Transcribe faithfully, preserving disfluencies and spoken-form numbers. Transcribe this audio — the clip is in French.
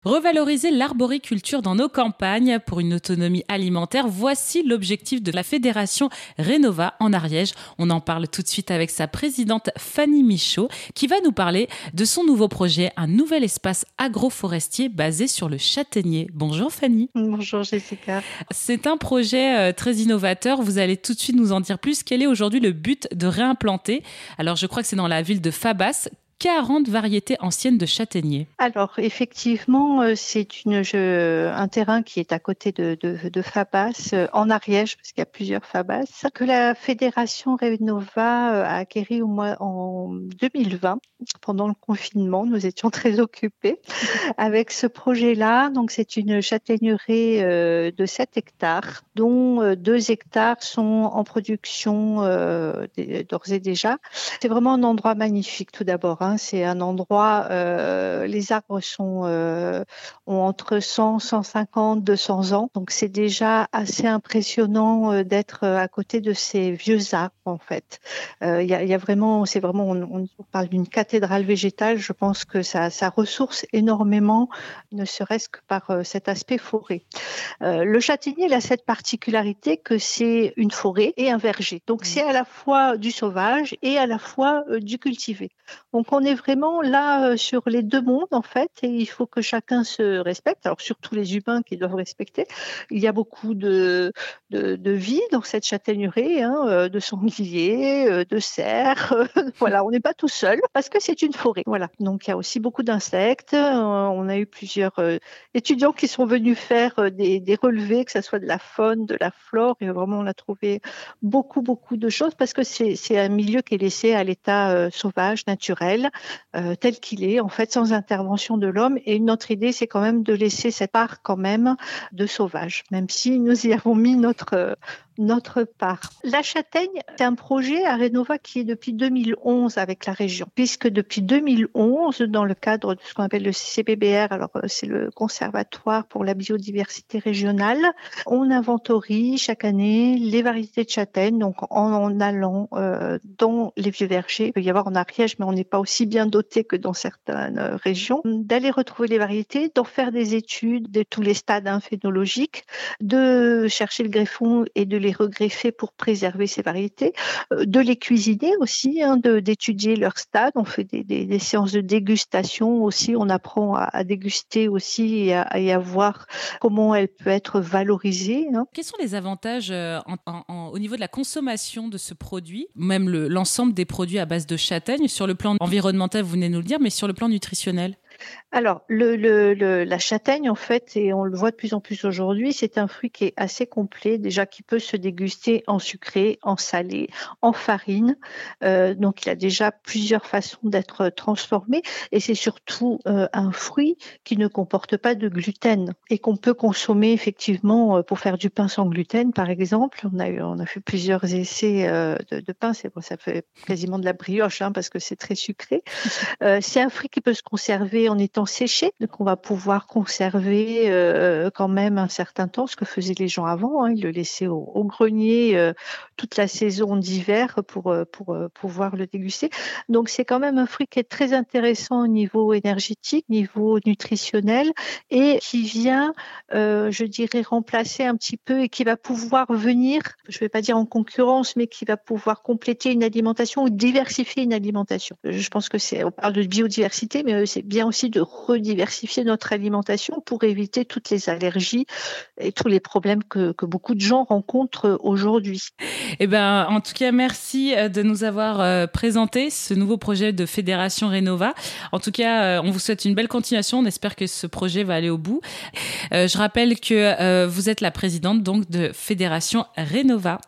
Revaloriser l'arboriculture dans nos campagnes pour une autonomie alimentaire, voici l'objectif de la Fédération Renova en Ariège. On en parle tout de suite avec sa présidente Fanny Michaud qui va nous parler de son nouveau projet, un nouvel espace agroforestier basé sur le châtaignier. Bonjour Fanny. Bonjour Jessica. C'est un projet très innovateur, vous allez tout de suite nous en dire plus. Quel est aujourd'hui le but de réimplanter ? Alors je crois que c'est dans la ville de Fabas, quarante variétés anciennes de châtaigniers. Alors effectivement, c'est une, je, un terrain qui est à côté de, de, de Fabas, en Ariège, parce qu'il y a plusieurs Fabas, que la Fédération Renova a acquéri au mois, en deux mille vingt, pendant le confinement. Nous étions très occupés avec ce projet-là. Donc c'est une châtaigneraie de sept hectares, dont deux hectares sont en production euh, d'ores et déjà. C'est vraiment un endroit magnifique tout d'abord, hein. C'est un endroit, euh, les arbres sont, euh, ont entre cent, cent cinquante, deux cents ans. Donc c'est déjà assez impressionnant euh, d'être à côté de ces vieux arbres en fait. Il euh, y, a, y a vraiment, c'est vraiment, on, on parle d'une cathédrale végétale. Je pense que ça, ça ressource énormément, ne serait-ce que par euh, cet aspect forêt. Euh, le châtaignier il a cette particularité que c'est une forêt et un verger. Donc c'est à la fois du sauvage et à la fois euh, du cultivé. Donc on est vraiment là euh, sur les deux mondes en fait, et il faut que chacun se respecte. Alors surtout les humains qui doivent respecter. Il y a beaucoup de de, de vie dans cette châtaigneraie, hein, euh, de sangliers, euh, de cerfs. Euh, voilà, on n'est pas tout seul parce que c'est une forêt. Voilà. Donc il y a aussi beaucoup d'insectes. Euh, on a eu plusieurs euh, étudiants qui sont venus faire euh, des, des relevés, que ce soit de la faune, de la flore, et vraiment on a trouvé beaucoup beaucoup de choses parce que c'est c'est un milieu qui est laissé à l'état euh, sauvage, naturel. Euh, tel qu'il est, en fait, sans intervention de l'homme. Et notre idée, c'est quand même de laisser cette part quand même de sauvage, même si nous y avons mis notre euh, notre part. La châtaigne, c'est un projet à Renova qui est depuis deux mille onze avec la région, puisque depuis deux mille onze, dans le cadre de ce qu'on appelle le C P B R, alors c'est le Conservatoire pour la biodiversité régionale, on inventorie chaque année les variétés de châtaignes, donc en, en allant euh, dans les vieux vergers. Il peut y avoir en Ariège, mais on n'est pas aussi bien doté que dans certaines régions, d'aller retrouver les variétés, d'en faire des études de tous les stades hein, phénologiques, de chercher le greffon et de les regreffer pour préserver ces variétés, de les cuisiner aussi, hein, de, d'étudier leur stade. On fait des, des, des séances de dégustation aussi, on apprend à, à déguster aussi et à, et à voir comment elle peut être valorisée. Hein. Quels sont les avantages euh, en, en, en, au niveau de la consommation de ce produit, même le, l'ensemble des produits à base de châtaigne, sur le plan environnemental, vous venez de nous le dire, mais sur le plan nutritionnel ? Alors, le, le, le, la châtaigne, en fait, et on le voit de plus en plus aujourd'hui, c'est un fruit qui est assez complet, déjà qui peut se déguster en sucré, en salé, en farine. Euh, donc, il a déjà plusieurs façons d'être transformé. Et c'est surtout euh, un fruit qui ne comporte pas de gluten et qu'on peut consommer effectivement pour faire du pain sans gluten, par exemple. On a, eu, on a fait plusieurs essais euh, de, de pain. C'est bon, ça fait quasiment de la brioche hein, parce que c'est très sucré. Euh, c'est un fruit qui peut se conserver en étant séché, donc on va pouvoir conserver euh, quand même un certain temps, ce que faisaient les gens avant, hein, ils le laissaient au, au grenier euh, toute la saison d'hiver pour, pour euh, pouvoir le déguster. Donc c'est quand même un fruit qui est très intéressant au niveau énergétique, niveau nutritionnel, et qui vient, euh, je dirais, remplacer un petit peu et qui va pouvoir venir, je ne vais pas dire en concurrence, mais qui va pouvoir compléter une alimentation ou diversifier une alimentation. Je pense que c'est, on parle de biodiversité, mais c'est bien aussi de rediversifier notre alimentation pour éviter toutes les allergies et tous les problèmes que, que beaucoup de gens rencontrent aujourd'hui. Eh ben, en tout cas, merci de nous avoir présenté ce nouveau projet de Fédération Renova. En tout cas, on vous souhaite une belle continuation. On espère que ce projet va aller au bout. Je rappelle que vous êtes la présidente donc de Fédération Renova.